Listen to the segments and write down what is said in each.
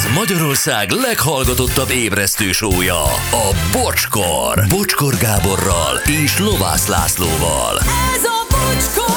Ez Magyarország leghallgatottabb ébresztő show-ja, a Bocskor. Bocskor Gáborral és Lovász Lászlóval. Ez a Bocskor!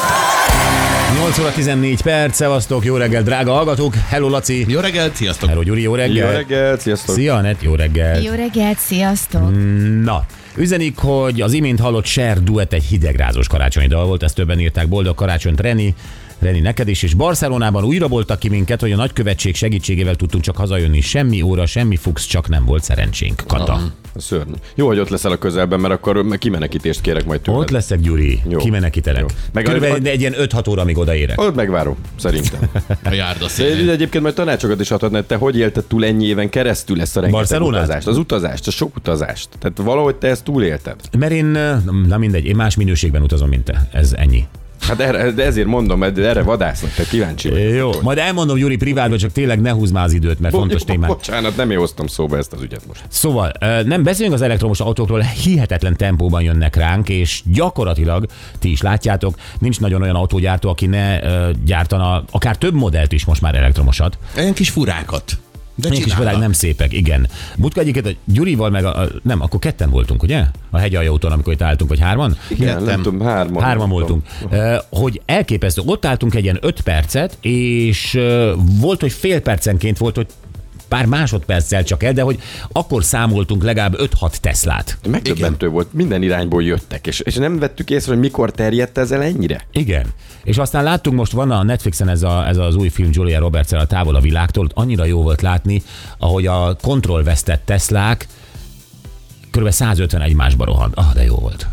8 óra 14 perc, szevasztok, jó reggel, drága hallgatók. Hello, Laci. Jó reggelt, sziasztok. Hello, Gyuri, jó reggel. Jó reggelt, sziasztok. Szia, Anett, jó reggel. Jó reggelt, sziasztok. Na, üzenik, hogy az imént hallott Cher duett egy hidegrázós karácsonyi dal volt, ezt többen írták, boldog karácsonyt, Reni, neked is, és Barcelonában újra voltak ki minket, hogy a nagykövetség segítségével tudtunk csak hazajönni. Semmi óra, semmi fux, csak nem volt szerencsénk. Kata. Szörnyű. Jó, hogy ott leszel a közelben, mert akkor kimenekítést kérek majd tőled. Ott leszek, Gyuri. Jó. Kimenekítelek. Körülbelül egy ilyen 5-6 óra, amíg odaérek. Ott megvárom, szerintem. A járda De szélén. egyébként majd tanácsokat is adhatnád, te hogy élted túl ennyi éven keresztül ezt a rengeteg Barcelonát? utazást, az utazást, a sok utazást. Tehát valahogy te ezt túlélted. Mert én, na mindegy, én más minőségben utazom, mint te. Ez ennyi. Hát de ezért mondom, mert erre vadásznak, te kíváncsi vagy. Jó, majd elmondom, Gyuri, privátban, csak tényleg ne húzd már az időt, mert fontos témák. Bocsánat, nem én hoztam szóba ezt az ügyet most. Szóval, nem beszéljünk az elektromos autókról, hihetetlen tempóban jönnek ránk, és gyakorlatilag, ti is látjátok, nincs nagyon olyan autógyártó, aki ne gyártana akár több modellt is most már elektromosat. Olyan kis furákat. De Ilyen kis világ nem szépek, igen. Butka egyiket a Gyurival meg nem, akkor ketten voltunk, ugye? A hegyaljaúton, amikor itt álltunk, vagy hárman? Igen, nem tudom, hárman Voltunk. Hogy elképesztő, ott álltunk egy ilyen 5 percet, és volt, hogy fél percenként volt, hogy pár másodperccel csak el, de hogy akkor számoltunk legalább 5-6 Teslát. Megdöbbentő volt, minden irányból jöttek, és nem vettük észre, hogy mikor terjedt ezzel ennyire. Igen. És aztán láttunk, most van a Netflixen ez az új film Julia Roberts-el, a Távol a világtól, ott annyira jó volt látni, ahogy a kontrollvesztett Teslák kb. 150 egymásba rohant. De jó volt.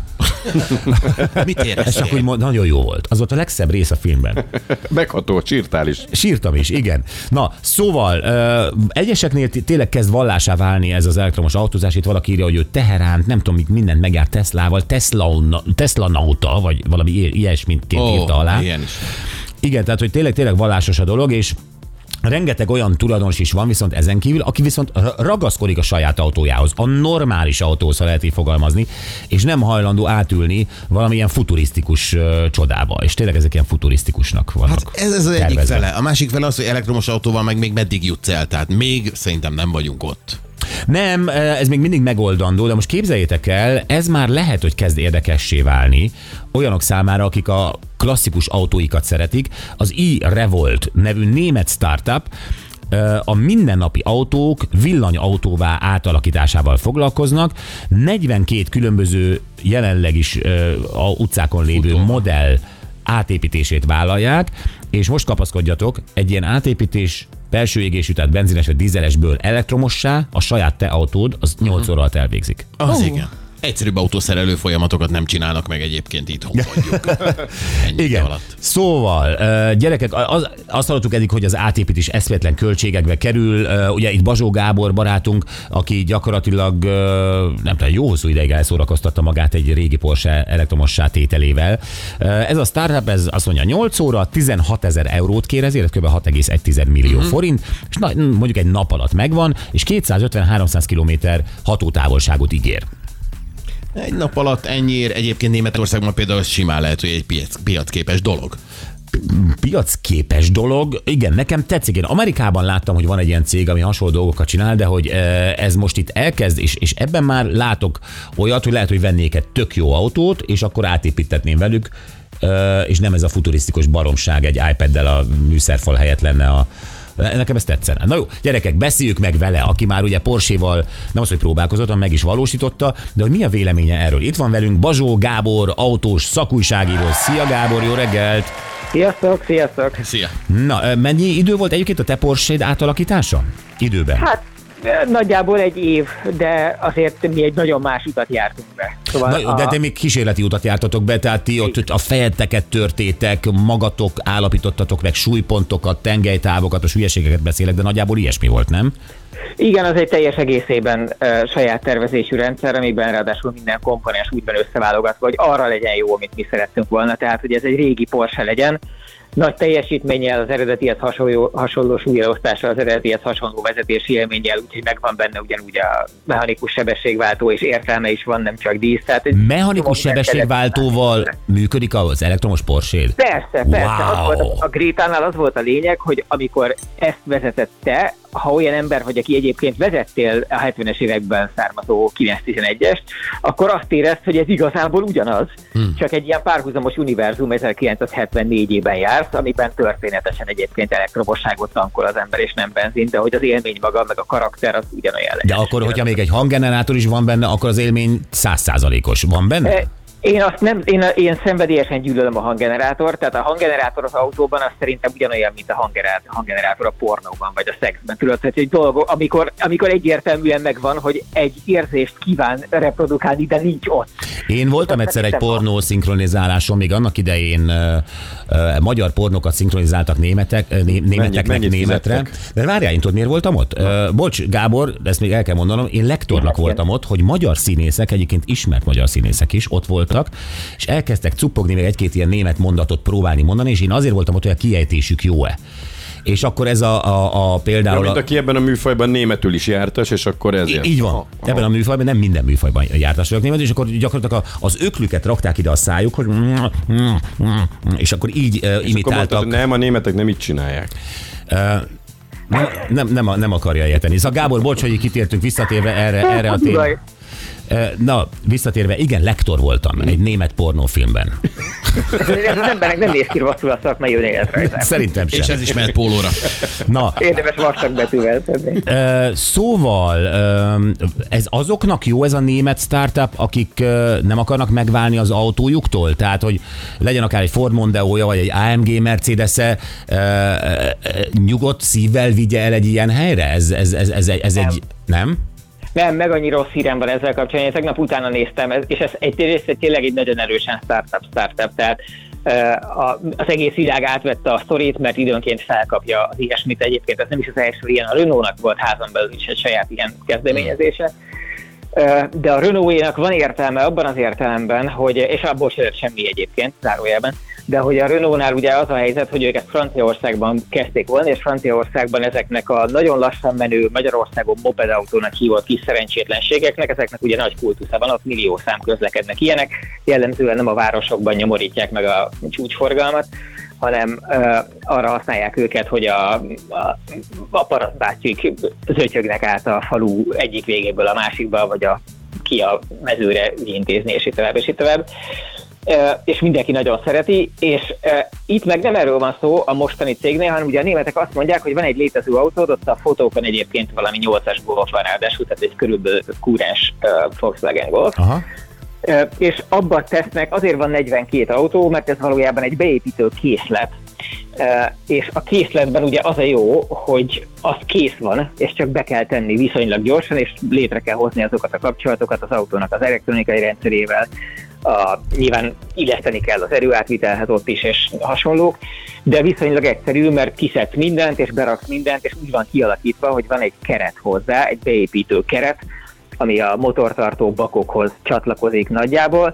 Mit Ez éreztél? csak úgy nagyon jó volt. Az volt a legszebb rész a filmben. Megható, sírtál is. Sírtam is, igen. Na, szóval egyeseknél tényleg kezd vallásá válni ez az elektromos autózás. Itt valaki írja, hogy ő Teheránt, nem tudom, minden megjárt Teslával, Tesla nauta, vagy valami ilyesmit írta alá. Ilyen is. Igen, tehát, hogy tényleg vallásos a dolog, és rengeteg olyan tulajdonos is van viszont ezen kívül, aki viszont ragaszkodik a saját autójához, a normális autóhoz, ha lehet így fogalmazni, és nem hajlandó átülni valamilyen futurisztikus csodába. És tényleg ezek ilyen futurisztikusnak vannak. Hát ez az egyik tervezve. fele. A másik fele az, hogy elektromos autóval meg még meddig jutsz el. Tehát még szerintem nem vagyunk ott. Nem, ez még mindig megoldandó, de most képzeljétek el, ez már lehet, hogy kezd érdekessé válni olyanok számára, akik a klasszikus autóikat szeretik. Az e-Revolt nevű német startup a mindennapi autók villanyautóvá átalakításával foglalkoznak. 42 különböző jelenleg is a utcákon lévő modell átépítését vállalják, és most kapaszkodjatok, egy ilyen átépítés belső égésű, tehát benzines vagy dízelesből elektromossá, a saját te autód, az 8 óra alatt elvégzik. Az igen. Egyszerűbb autószerelő folyamatokat nem csinálnak meg egyébként itthon, mondjuk. Ennyi Igen. alatt. Szóval, gyerekek, azt hallottuk eddig, hogy az átépítés eszméletlen költségekbe kerül. Ugye itt Bazsó Gábor barátunk, aki gyakorlatilag nem tudom, jó hosszú ideig elszórakoztatta magát egy régi Porsche elektromossá tételével. Ez a startup, ez azt mondja 8 óra, 16 000 eurót kér ezért, kb. 6,1 millió forint, és mondjuk egy nap alatt megvan, és 250-300 kilométer hatótávolságot ígér. Egy nap alatt ennyiért egyébként Németországban például simán lehet, hogy egy piacképes dolog. Piacképes dolog. Igen, nekem tetszik. Én Amerikában láttam, hogy van egy ilyen cég, ami hasonló dolgokat csinál, de hogy ez most itt elkezd, és ebben már látok olyat, hogy lehet, hogy vennék egy tök jó autót, és akkor átépítetném velük, és nem ez a futurisztikus baromság egy iPaddel a műszerfal helyett lenne Nekem ez tetszene. Na jó, gyerekek, beszéljük meg vele, aki már ugye Porsche-val nem az, hogy próbálkozott, hanem meg is valósította, de hogy mi a véleménye erről? Itt van velünk Bazsó Gábor, autós szakújságíró. Szia Gábor, jó reggelt! Sziasztok! Szia! Na, mennyi idő volt egyébként a te Porsche-d átalakítása? Időben? Hát nagyjából egy év, de azért mi egy nagyon más utat jártunk be. Szóval De te még kísérleti utat jártatok be, tehát ti ott a fejeteket törtétek, magatok állapítottatok meg súlypontokat, tengelytávokat, a hülyeségeket beszélek, de nagyjából ilyesmi volt, nem? Igen, az egy teljes egészében saját tervezésű rendszer, amiben ráadásul minden komponens úgy van összeválogatva, hogy arra legyen jó, amit mi szerettünk volna. Tehát, hogy ez egy régi Porsche legyen, nagy teljesítménnyel, az eredetihez hasonló súlyelosztással, az eredetihez hasonló vezetési élménnyel, úgyhogy megvan benne ugyanúgy a mechanikus sebességváltó, és értelme is van, nem csak dísz. Tehát mechanikus sebességváltóval működik az elektromos Porsche-d? Persze. Wow. Az volt a Grétánál az volt a lényeg, hogy amikor ezt vezetette, ha olyan ember vagy, aki egyébként vezettél a 70-es években származó 911-est, akkor azt érezd, hogy ez igazából ugyanaz, csak egy ilyen párhuzamos univerzum 1974-ben jársz, amiben történetesen egyébként elektromosságot tankol az ember és nem benzin, de hogy az élmény maga, meg a karakter az ugyanolyan legyen. De akkor, hogyha még egy hanggenerátor is van benne, akkor az élmény 100%-os. Van benne? Én szenvedélyesen gyűlölöm a hanggenerátort, tehát a hanggenerátor az autóban az szerintem ugyanolyan, mint a hanggenerátor a pornóban, vagy a szexben. Tudod, hogy egy dolog, amikor egyértelműen megvan, hogy egy érzést kíván reprodukálni, de nincs ott. Én voltam egyszer egy pornó szinkronizáláson, még annak idején magyar pornókat szinkronizáltak németeknek németre. De várjál, én tudod, miért voltam ott? Bocs, Gábor, de ezt még el kell mondanom, én lektornak voltam ott, hogy magyar színészek, egyébként ismert magyar színészek is ott voltak, és elkezdtek cuppogni, még egy-két ilyen német mondatot próbálni mondani, és én azért voltam ott, hogy a kiejtésük jó-e. És akkor ez a például... Mint aki ebben a műfajban németül is jártas, és akkor ezért. Így van. Ebben a műfajban, nem minden műfajban jártas vagyok németül, és akkor gyakorlatilag az öklüket rakták ide a szájukhoz, és akkor így imitáltak. Akkor mondtad, nem, a németek nem így csinálják. Nem akarja érteni. Szóval Gábor, bocs, hogy kitértünk visszatérve erre a témára. Na, visszatérve, igen, lektor voltam egy német pornófilmben. Ez az embernek nem néz ki rosszul a szakmai önéletrajzát. Szerintem sem. És ez is mehet pólóra. Na. Érdemes vastagbetűvel tenni. Szóval, ez azoknak jó ez a német startup, akik nem akarnak megválni az autójuktól? Tehát, hogy legyen akár egy Ford Mondeo-ja, vagy egy AMG Mercedes-e, nyugodt szívvel vigye el egy ilyen helyre? Ez egy... Nem? Nem, meg annyi rossz hírem van ezzel kapcsolatban. Én tegnap utána néztem, és ez egyrészt tényleg egy nagyon erősen startup. Tehát az egész világ átvette a sztorit, mert időnként felkapja az ilyesmit. Egyébként ez nem is az első ilyen, a Renault-nak volt házon belül is egy saját ilyen kezdeményezése. De a Renault-énak van értelme abban az értelemben, hogy, és abból sem lett semmi egyébként, zárójelben, de hogy a Renault-nál ugye az a helyzet, hogy ők ezt Franciaországban kezdték volna, és Franciaországban ezeknek a nagyon lassan menő Magyarországon mopedautónak hívott kis szerencsétlenségeknek, ezeknek ugye nagy kultusza van, ott milliószám közlekednek ilyenek, jellemzően nem a városokban nyomorítják meg a csúcsforgalmat, hanem arra használják őket, hogy a parasztbátyjuk zötyögnek át a falu egyik végéből a másikba, vagy ki a mezőre ügyintézni, és itt tovább, és itt tovább. És mindenki nagyon szereti, és itt meg nem erről van szó a mostani cégnél, hanem ugye a németek azt mondják, hogy van egy létező autód, ott a fotókon egyébként valami 8-as Golf van ráadásul, tehát egy körülbelül kúrens Volkswagen Golf. Aha. És abban tesznek, azért van 42 autó, mert ez valójában egy beépítő készlet. És a készletben ugye az a jó, hogy az kész van, és csak be kell tenni viszonylag gyorsan, és létre kell hozni azokat a kapcsolatokat az autónak az elektronikai rendszerével, nyilván illeszteni kell az erőátvitelhez ott is, és hasonlók, de viszonylag egyszerű, mert kiszedsz mindent, és beraksz mindent, és úgy van kialakítva, hogy van egy keret hozzá, egy beépítő keret, ami a motortartó bakokhoz csatlakozik nagyjából,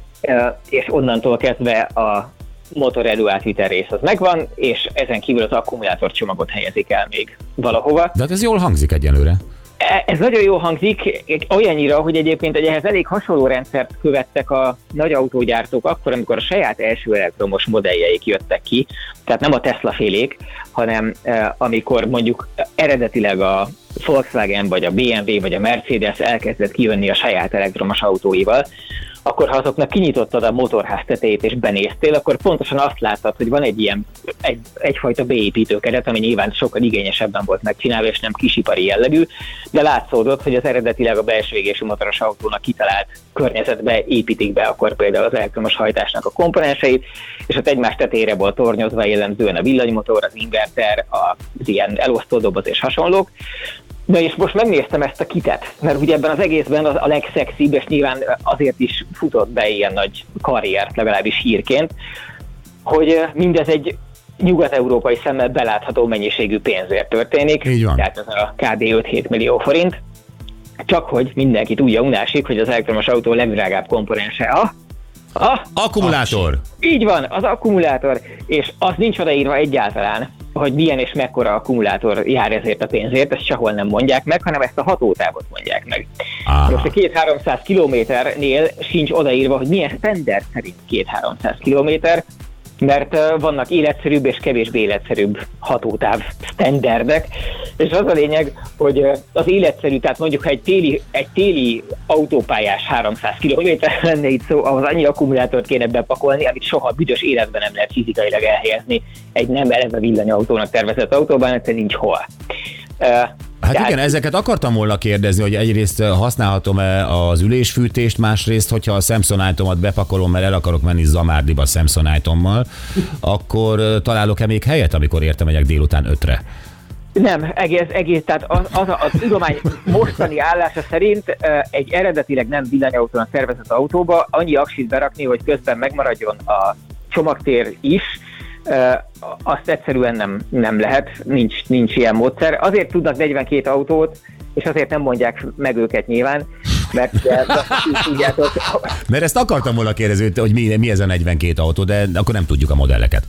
és onnantól kezdve a motor előátvitel rész az megvan, és ezen kívül az akkumulátorcsomagot helyezik el még valahova. De ez jól hangzik egyelőre. Ez nagyon jól hangzik, olyannyira, hogy egyébként ehhez elég hasonló rendszert követtek a nagy autógyártók akkor, amikor a saját első elektromos modelljeik jöttek ki, tehát nem a Tesla félék, hanem amikor mondjuk eredetileg a Volkswagen, vagy a BMW, vagy a Mercedes elkezdett kijönni a saját elektromos autóival, akkor ha azoknak kinyitottad a motorház tetejét és benéztél, akkor pontosan azt láttad, hogy van egy ilyen egyfajta beépítőkeret, ami nyilván sokkal igényesebben volt megcsinálva, és nem kisipari jellegű, de látszódott, hogy az eredetileg a belső égésű motoros autónak kitalált környezetbe építik be akkor például az elektromos hajtásnak a komponenseit, és ott egymás tetejére volt tornyozva jellemzően a villanymotor, az inverter, az ilyen elosztódoboz és hasonlók. Na és most megnéztem ezt a kitet, mert ugye ebben az egészben a legszexibb, és nyilván azért is futott be ilyen nagy karriert, legalábbis hírként, hogy mindez egy nyugat-európai szemmel belátható mennyiségű pénzért történik. Így van. Tehát ez a kb. 5-7 millió forint. Csak hogy mindenki tudja unásig, hogy az elektromos autó legdrágább komponense akkumulátor. Így van, az akkumulátor, és az nincs odaírva egyáltalán, hogy milyen és mekkora akkumulátor jár ezért a pénzért, ezt sehol nem mondják meg, hanem ezt a hatótávot mondják meg. Most a 200-300 kilométernél sincs odaírva, hogy milyen standard szerint 200-300 kilométer, mert vannak életszerűbb és kevésbé életszerűbb hatótáv standardek, És az a lényeg, hogy az életszerű, tehát mondjuk ha egy téli autópályás 300 km lenne itt szó, ahhoz annyi akkumulátort kéne bepakolni, amit soha büdös életben nem lehet fizikailag elhelyezni egy nem eleve villanyautónak tervezett autóban, egyszerűen nincs hol. Hát igen, ezeket akartam volna kérdezni, hogy egyrészt használhatom-e az ülésfűtést, másrészt, hogyha a Samsonite-omat bepakolom, mert el akarok menni Zamárdiba Samsonite-ommal, akkor találok-e még helyet, amikor megyek délután 5-re? Nem, egész, tehát a tudomány mostani állása szerint egy eredetileg nem villanyautónak tervezett autóba annyi aksit berakni, hogy közben megmaradjon a csomagtér is, azt egyszerűen nem lehet, nincs ilyen módszer. Azért tudnak 42 autót, és azért nem mondják meg őket nyilván, mert tudjátok. Mert ezt akartam volna kérdezni, hogy mi ez a 42 autó, de akkor nem tudjuk a modelleket.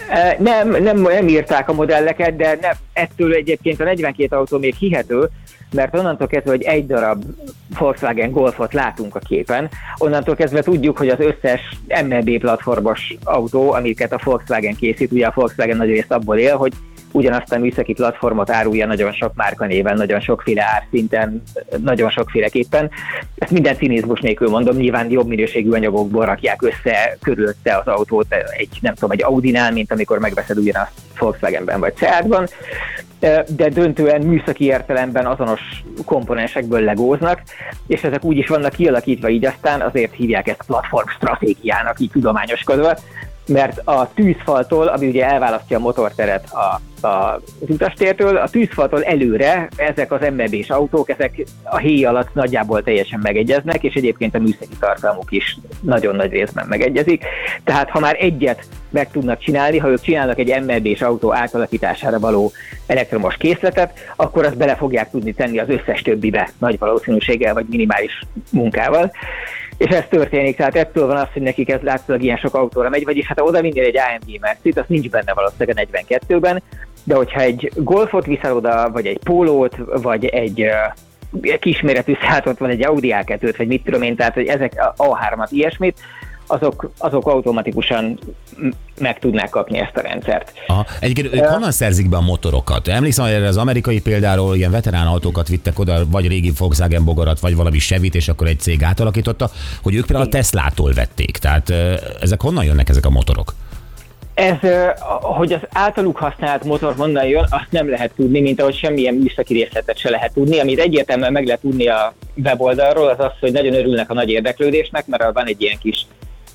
Nem írták a modelleket, de ettől egyébként a 42 autó még hihető, mert onnantól kezdve, hogy egy darab Volkswagen Golfot látunk a képen, onnantól kezdve tudjuk, hogy az összes MLB platformos autó, amiket a Volkswagen készít, ugye a Volkswagen nagyrészt abból él, hogy ugyanazt a műszaki platformot árulja nagyon sok márkanéven, nagyon sokféle árszinten, nagyon sokféleképpen. Ezt minden cinizmus nélkül mondom, nyilván jobb minőségű anyagokból rakják össze körülötte az autót egy Audinál, mint amikor megveszed ugyanazt Volkswagenben vagy Seatban, de döntően műszaki értelemben azonos komponensekből legóznak, és ezek úgy is vannak kialakítva, így aztán azért hívják ezt platform stratégiának, így tudományoskodva, mert a tűzfaltól, ami ugye elválasztja a motorteret az utastértől, a tűzfaltól előre ezek az MLB-s autók, ezek a héj alatt nagyjából teljesen megegyeznek, és egyébként a műszaki tartalmuk is nagyon nagy részben megegyezik. Tehát ha már egyet meg tudnak csinálni, ha ők csinálnak egy MLB-s autó átalakítására való elektromos készletet, akkor azt bele fogják tudni tenni az összes többibe nagy valószínűséggel vagy minimális munkával. És ez történik, tehát ettől van az, hogy nekik ez látszólag ilyen sok autóra megy, vagyis hát ha oda vinnél egy AMG Mercit, az nincs benne valószínűleg a 42-ben, de hogyha egy Golfot viszel oda, vagy egy Pólót, vagy egy kisméretű Seatot, vagy egy Audi A2-t, vagy mit tudom én, tehát hogy ezek A3-at, ilyesmit, azok automatikusan meg tudnák kapni ezt a rendszert. Aha. Egyébként ők honnan szerzik be a motorokat? Emlékszem, hogy erre az amerikai példáról ilyen veterán autókat vittek oda, vagy régi Volkswagen bogarat, vagy valami Chevy-t, és akkor egy cég átalakította, hogy ők például a Teslától vették. Tehát ezek honnan jönnek ezek a motorok? Ez, hogy az általuk használt motor honnan jön, azt nem lehet tudni, mint ahogy semmilyen műszaki részletet se lehet tudni. Amit egyértelműen meg lehet tudni a weboldalról, az az, hogy nagyon örülnek a nagy érdeklődésnek, mert van egy ilyen kis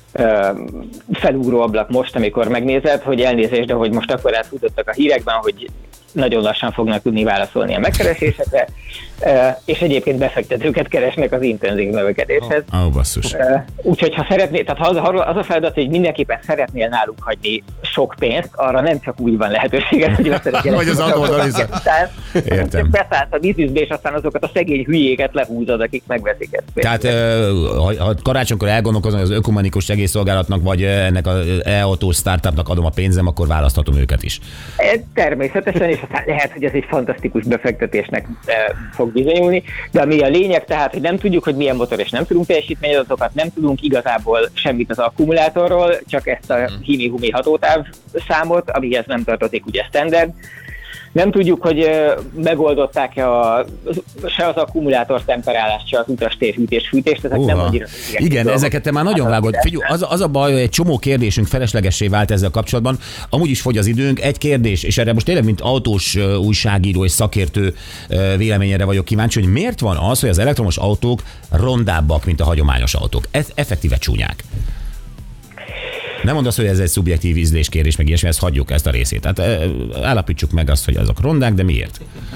felúró ablak most, amikor megnézed, hogy elnézést, de hogy most akkor átfutottak a hírekben, hogy nagyon lassan fognak tudni válaszolni a megkeresésekre, és egyébként befektetőket keresnek az intenzív növekedéshez. Basszus. Úgyhogy ha szeretnél, tehát az a feladat, hogy mindenképpen szeretnél náluk hagyni sok pénzt, arra nem csak úgy van lehetőséged, hogy azt szeretnél. Vagy az adódal is. Értem. Beszállsz a bizniszbe, és aztán azokat a szegény hülyéket lehúzod, akik megveszik ezt. Tehát ha karácsonykor elgondolkozom, hogy az ökumenikus segélyszolgálatnak, vagy ennek az e-autó startupnak adom a pénzem, akkor választhatom őket is. Természetesen, és aztán lehet, hogy ez egy fantasztikus befektetésnek fog bizonyulni, de ami a lényeg, tehát, hogy nem tudjuk, hogy milyen motor, és nem tudunk teljesítményadatokat, nem tudunk igazából semmit az akkumulátorról, csak ezt a himi-humi hatótáv számot, amihez nem tartozik ugye standard. Nem tudjuk, hogy megoldották-e se az akkumulátor temperálást, se az utastér hűtés-fűtést, ezek nem annyira... Igen, ezeket te már nagyon vágod. Figyelj, az a baj, hogy egy csomó kérdésünk feleslegessé vált ezzel kapcsolatban. Amúgy is fogy az időnk. Egy kérdés, és erre most tényleg, mint autós újságíró és szakértő véleményére vagyok kíváncsi, hogy miért van az, hogy az elektromos autók rondábbak, mint a hagyományos autók? Ez effektíve csúnyák. Nem mondd azt, hogy ez egy szubjektív ízléskérés, meg ilyesmi, ezt hagyjuk, ezt a részét. Tehát állapítsuk meg azt, hogy azok rondák, de miért?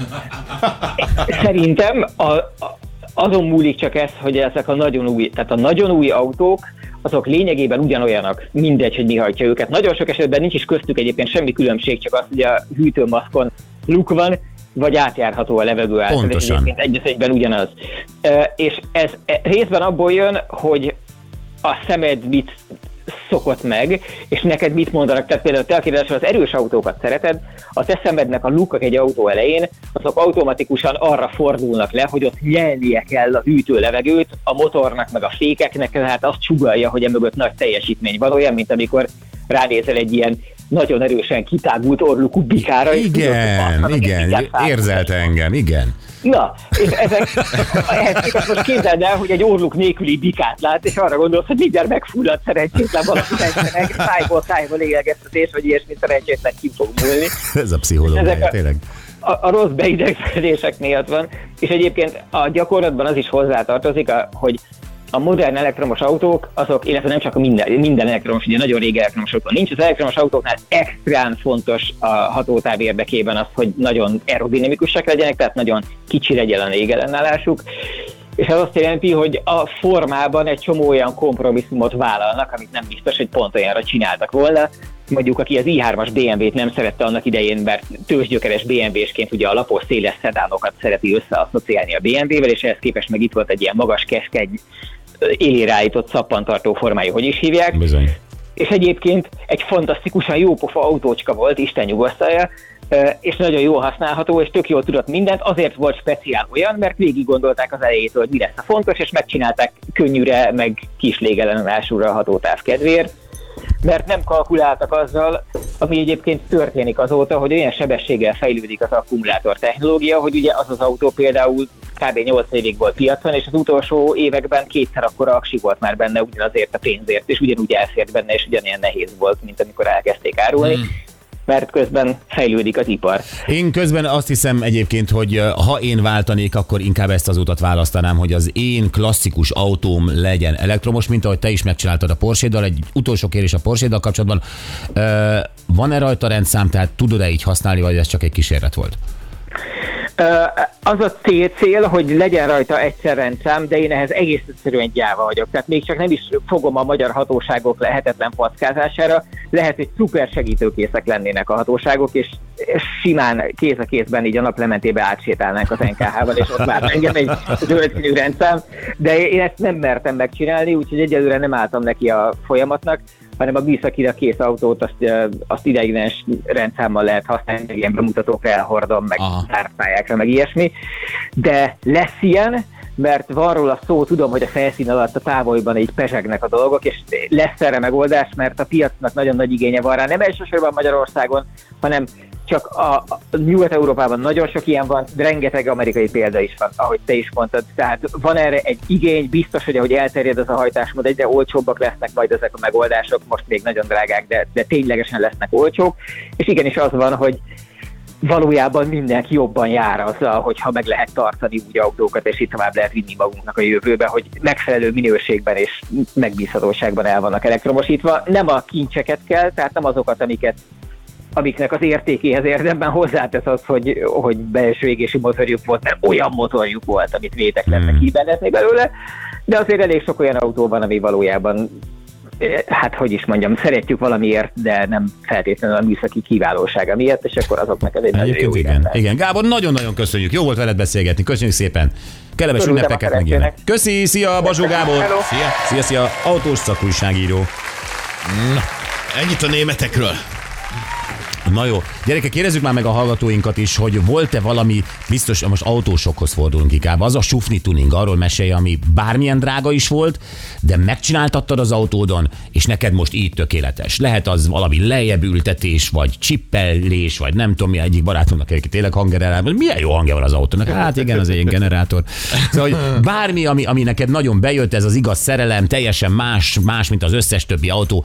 Szerintem azon múlik csak ez, hogy ezek a nagyon új autók, azok lényegében ugyanolyanak, mindegy, hogy mi hajtja őket. Nagyon sok esetben nincs is köztük egyébként semmi különbség, csak az, hogy a hűtőmaszkon luk van, vagy átjárható a levegő által. Pontosan. Egyébként egy az egyben ugyanaz. És ez részben abból jön, hogy a szemed mit szokott meg, és neked mit mondanak, tehát például te, aki az erős autókat szereted, a te szemednek a lukak egy autó elején, azok automatikusan arra fordulnak le, hogy ott nyelnie kell a hűtő levegőt, a motornak meg a fékeknek, tehát azt sugallja, hogy emögött nagy teljesítmény van, olyan, mint amikor ránézel egy ilyen nagyon erősen kitágult orrukú bikára. és tudod, Igen, hogy igen, érzelte engem, igen. Na, és ehhez képest most képzeld el, hogy egy orruk nélküli bikát lát, és arra gondolsz, hogy mindjárt megfullad szerencsétlen valaki meg szájból lélegeztetés, vagy ilyesmi szerencsétlen ki fog múlni. Ez a pszichológia, tényleg. A rossz beidegződések miatt van, és egyébként a gyakorlatban az is hozzátartozik, hogy a modern elektromos autók, azok, illetve nem csak minden elektromos, ugye nagyon régi elektromos autó nincs, az elektromos autóknál extrán fontos a hatótáv érdekében az, hogy nagyon aerodinamikusak legyenek, tehát nagyon kicsi legyen a légellenállásuk, és ez azt jelenti, hogy a formában egy csomó olyan kompromisszumot vállalnak, amit nem biztos, hogy pont olyanra csináltak volna. Mondjuk, aki az i3-as BMW-t nem szerette annak idején, mert tőzsgyökeres BMW-sként ugye a lapos széles szedánokat szereti összeasszociálni a BMW-vel, és ehhez képest meg itt volt egy ilyen magas, keskeny, élére állított szappantartó formájú, hogy is hívják. Bizony. És egyébként egy fantasztikusan jópofa autócska volt, Isten nyugosztalja, és nagyon jól használható, és tök jól tudott mindent, azért volt speciál olyan, mert végig gondolták az elejétől, hogy mi lesz a fontos, és megcsinálták könnyűre, meg kis légellenállásúra a hatótáv kedvéért, mert nem kalkuláltak azzal, ami egyébként történik azóta, hogy olyan sebességgel fejlődik az akkumulátor technológia, hogy ugye az autó például kb. 8 évig volt piacon, és az utolsó években kétszer akkora aksi volt már benne ugyanazért a pénzért, és ugyanúgy elfért benne, és ugyanilyen nehéz volt, mint amikor elkezdték árulni. Mert közben fejlődik az ipar. Én közben azt hiszem egyébként, hogy ha én váltanék, akkor inkább ezt az utat választanám, hogy az én klasszikus autóm legyen elektromos, mint ahogy te is megcsináltad a Porsche-dal. Egy utolsó kérés a Porsche-dal kapcsolatban. Van-e rajta rendszám, tehát tudod-e így használni, vagy ez csak egy kísérlet volt? Az a cél, hogy legyen rajta egyszer rendszám, de én ehhez egész egyszerűen gyáva vagyok. Tehát még csak nem is fogom a magyar hatóságok lehetetlen packázására. Lehet, hogy szuper segítőkészek lennének a hatóságok, és simán kéz a kézben így a naplementébe átsétálnánk az NKH-val, és ott vár engem egy zöld színű rendszám. De én ezt nem mertem megcsinálni, úgyhogy egyelőre nem álltam neki a folyamatnak, hanem a műszakira kész autót azt ideiglenes rendszámmal lehet használni, ilyen bemutatókra elhordom, meg tárpályákra, meg ilyesmi. De lesz ilyen, mert van róla szó, tudom, hogy a felszín alatt a távolban így pezsegnek a dolgok, és lesz erre megoldás, mert a piacnak nagyon nagy igénye van rá, nem elsősorban Magyarországon, hanem csak a Nyugat-Európában nagyon sok ilyen van, de rengeteg amerikai példa is van, ahogy te is mondtad. Tehát van erre egy igény, biztos, hogy ahogy elterjed ez a hajtásmód, egyre olcsóbbak lesznek majd ezek a megoldások, most még nagyon drágák, de ténylegesen lesznek olcsók, és igenis az van, hogy valójában mindenki jobban jár azzal, hogyha meg lehet tartani úgy autókat, és itt tovább lehet vinni magunknak a jövőbe, hogy megfelelő minőségben és megbízhatóságban el vannak elektromosítva. Nem a kincseket kell, tehát nem azokat, amiknek az értékéhez érdemben hozzátesz az, hogy belső égési motorjuk volt, mert olyan motorjuk volt, amit vétek lettek kibenetni belőle, de azért elég sok olyan autó van, ami valójában, hát hogy is mondjam, szeretjük valamiért, de nem feltétlenül a műszaki kiválósága miatt, és akkor azoknak ez egy nagyon jó igen. Gábor, nagyon-nagyon köszönjük. Jó volt veled beszélgetni. Köszönjük szépen. Kellemes ünnepeket meg ilyenek. Köszi, szia, Bazsó Gábor. Hello. Szia, autós szakújságíró. Na, ennyit a németekről. Na jó, gyerekek, kérdezzük már meg a hallgatóinkat is, hogy volt-e valami, biztos most autósokhoz fordulunk inkább, az a sufni tuning, arról mesélj, ami bármilyen drága is volt, de megcsináltattad az autódon, és neked most így tökéletes. Lehet az valami lejjebb ültetés, vagy csippellés, vagy nem tudom mi, egyik barátomnak, aki tényleg hanggenerátor, milyen jó hangja van az autónak, hát igen, az egy generátor. Szóval, hogy bármi, ami neked nagyon bejött, ez az igaz szerelem, teljesen más, mint az összes többi autó,